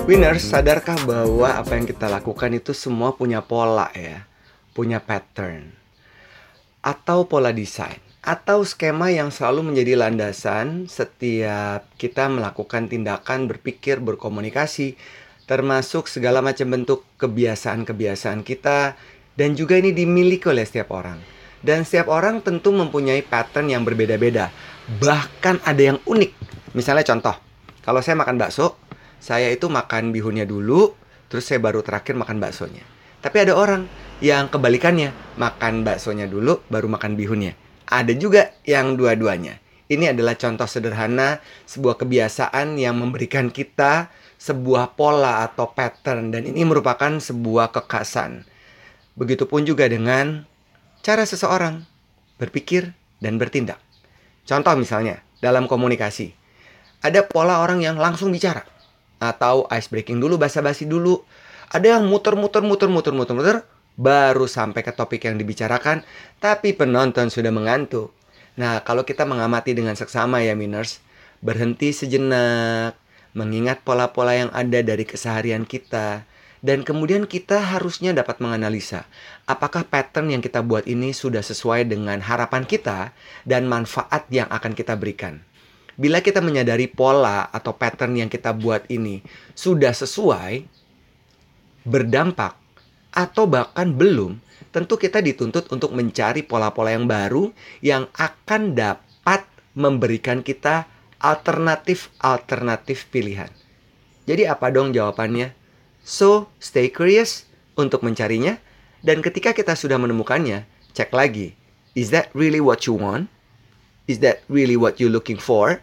Winners, sadarkah bahwa apa yang kita lakukan itu semua punya pola ya? Punya pattern, atau pola desain, atau skema yang selalu menjadi landasan setiap kita melakukan tindakan, berpikir, berkomunikasi, termasuk segala macam bentuk kebiasaan-kebiasaan kita, dan juga ini dimiliki oleh setiap orang. Dan setiap orang tentu mempunyai pattern yang berbeda-beda. Bahkan ada yang unik. Misalnya contoh, kalau saya makan bakso, saya itu makan bihunnya dulu, terus saya baru terakhir makan baksonya. Tapi ada orang yang kebalikannya, makan baksonya dulu, baru makan bihunnya. Ada juga yang dua-duanya. Ini adalah contoh sederhana, sebuah kebiasaan yang memberikan kita sebuah pola atau pattern. Dan ini merupakan sebuah kekhasan. Begitupun juga dengan cara seseorang berpikir dan bertindak. Contoh misalnya, dalam komunikasi. Ada pola orang yang langsung bicara. Atau ice breaking dulu, basa-basi dulu. Ada yang muter-muter, baru sampai ke topik yang dibicarakan, tapi penonton sudah mengantuk. Nah, kalau kita mengamati dengan seksama ya, Miners, berhenti sejenak, mengingat pola-pola yang ada dari keseharian kita, dan kemudian kita harusnya dapat menganalisa, apakah pattern yang kita buat ini sudah sesuai dengan harapan kita dan manfaat yang akan kita berikan. Bila kita menyadari pola atau pattern yang kita buat ini sudah sesuai, berdampak, atau bahkan belum, tentu kita dituntut untuk mencari pola-pola yang baru yang akan dapat memberikan kita alternatif pilihan. Jadi apa dong jawabannya? So, stay curious untuk mencarinya, dan ketika kita sudah menemukannya, cek lagi. Is that really what you want? Is that really what you're looking for?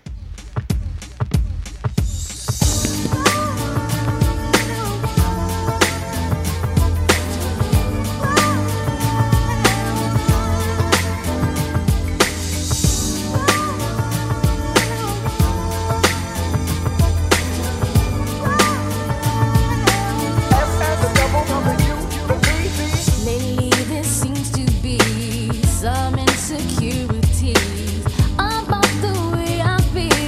Lately there seems to be some insecurities about the way I feel.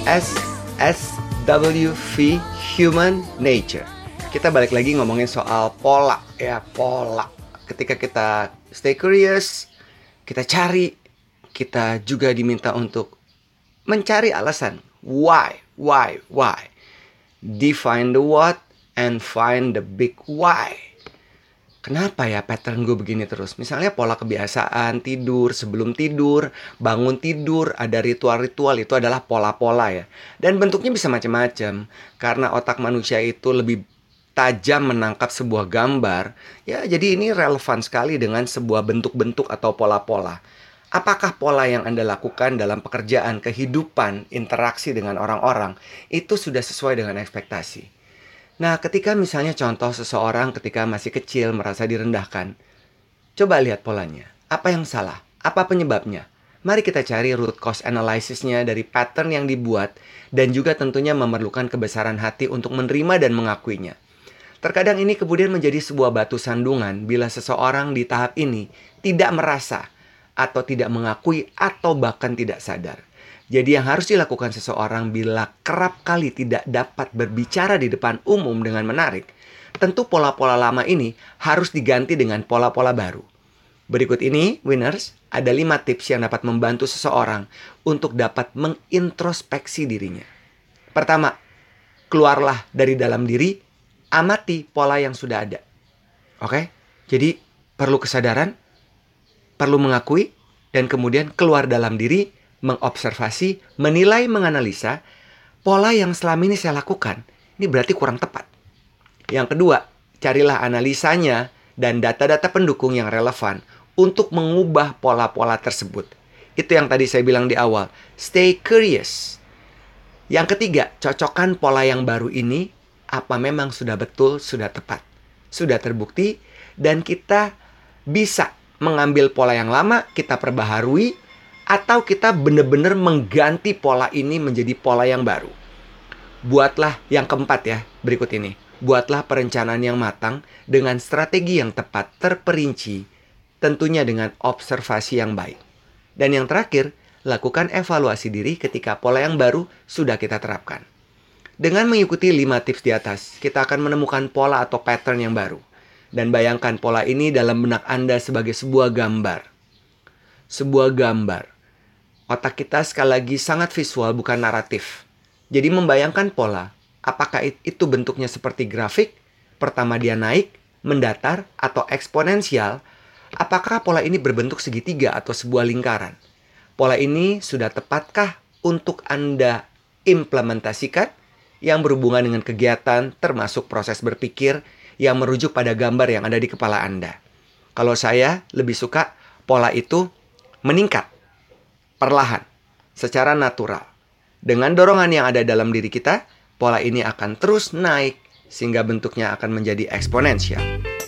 SSWV, Human Nature. Kita balik lagi ngomongin soal pola ya, pola. Ketika kita stay curious, kita cari, kita juga diminta untuk mencari alasan. Why? Define the what and find the big why. Kenapa ya pattern gue begini terus? Misalnya pola kebiasaan, tidur, sebelum tidur, bangun tidur, ada ritual-ritual, itu adalah pola-pola ya. Dan bentuknya bisa macam-macam. Karena otak manusia itu lebih tajam menangkap sebuah gambar, ya jadi ini relevan sekali dengan sebuah bentuk-bentuk atau pola-pola. Apakah pola yang Anda lakukan dalam pekerjaan, kehidupan, interaksi dengan orang-orang, itu sudah sesuai dengan ekspektasi? Nah, ketika misalnya contoh seseorang ketika masih kecil merasa direndahkan, coba lihat polanya. Apa yang salah? Apa penyebabnya? Mari kita cari root cause analysis-nya dari pattern yang dibuat dan juga tentunya memerlukan kebesaran hati untuk menerima dan mengakuinya. Terkadang ini kemudian menjadi sebuah batu sandungan bila seseorang di tahap ini tidak merasa atau tidak mengakui atau bahkan tidak sadar. Jadi yang harus dilakukan seseorang bila kerap kali tidak dapat berbicara di depan umum dengan menarik, tentu pola-pola lama ini harus diganti dengan pola-pola baru. Berikut ini, winners, ada 5 tips yang dapat membantu seseorang untuk dapat mengintrospeksi dirinya. Pertama, keluarlah dari dalam diri, amati pola yang sudah ada. Oke? Jadi, perlu kesadaran, perlu mengakui, dan kemudian keluar dalam diri, mengobservasi, menilai, menganalisa pola yang selama ini saya lakukan. Ini berarti kurang tepat. Yang kedua, carilah analisanya dan data-data pendukung yang relevan untuk mengubah pola-pola tersebut. Itu yang tadi saya bilang di awal. Stay curious. Yang ketiga, cocokkan pola yang baru ini apa memang sudah betul, sudah tepat, sudah terbukti, dan kita bisa mengambil pola yang lama, kita perbaharui, atau kita benar-benar mengganti pola ini menjadi pola yang baru. Buatlah yang keempat ya, berikut ini. Buatlah perencanaan yang matang dengan strategi yang tepat, terperinci, tentunya dengan observasi yang baik. Dan yang terakhir, lakukan evaluasi diri ketika pola yang baru sudah kita terapkan. Dengan mengikuti 5 tips di atas, kita akan menemukan pola atau pattern yang baru. Dan bayangkan pola ini dalam benak Anda sebagai sebuah gambar. Sebuah gambar. Otak kita sekali lagi sangat visual, bukan naratif. Jadi membayangkan pola, apakah itu bentuknya seperti grafik, pertama dia naik, mendatar, atau eksponensial, apakah pola ini berbentuk segitiga atau sebuah lingkaran. Pola ini sudah tepatkah untuk Anda implementasikan yang berhubungan dengan kegiatan termasuk proses berpikir yang merujuk pada gambar yang ada di kepala Anda. Kalau saya lebih suka pola itu meningkat perlahan, secara natural. Dengan dorongan yang ada dalam diri kita, pola ini akan terus naik sehingga bentuknya akan menjadi eksponensial.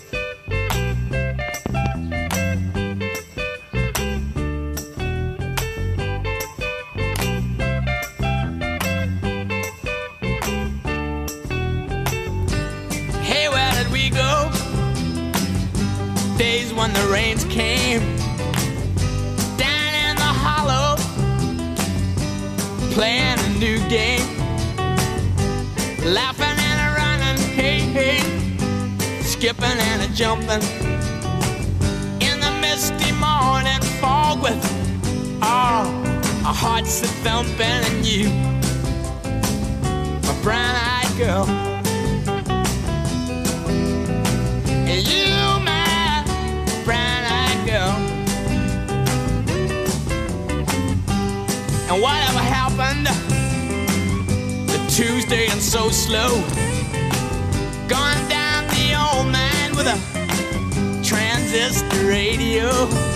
Hey, where did we go? Days when the rains came down in the hollow, playing a new game, laughing and a running, hey, hey, skipping and a jumping in the misty morning fog with our hearts a thumping, and you, my brown-eyed girl, and you, my brown-eyed girl. And whatever happened to Tuesday and so slow, going down the old man with a transistor radio,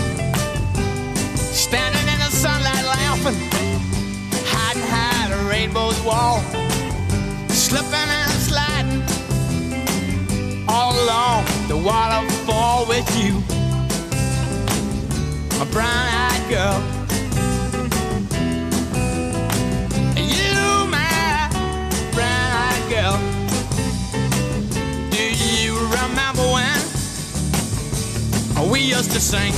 standing in the sunlight laughing, hiding behind a rainbow's wall, slipping and sliding all along the waterfall with you, my brown-eyed girl. You, my brown-eyed girl. Do you remember when we used to sing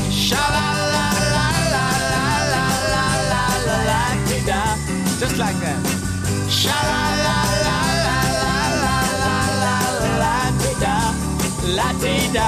sha-la-la-la-la-la-la-la-la-la-la-la-la, just like that? Sha la la la la la la la la la dee da, la dee da.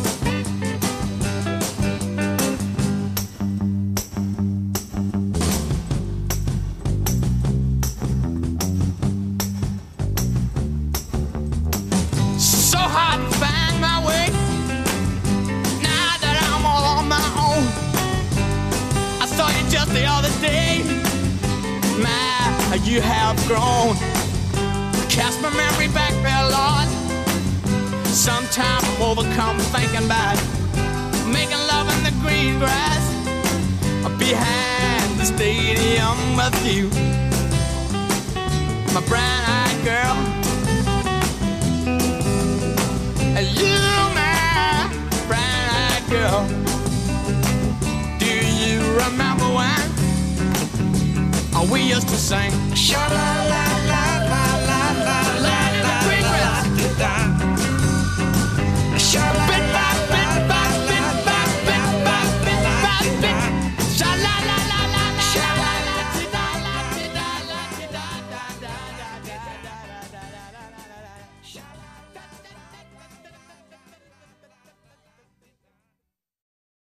So hard to find my way. Now that I'm all on my own, I saw you just the other day. My, you have grown. Cast my memory back there, Lord. Sometimes I'm overcome thinking about making love in the green grass behind the stadium with you, my brown-eyed girl. And you, my brown-eyed girl. Do you remember when we used to sing? Sha la la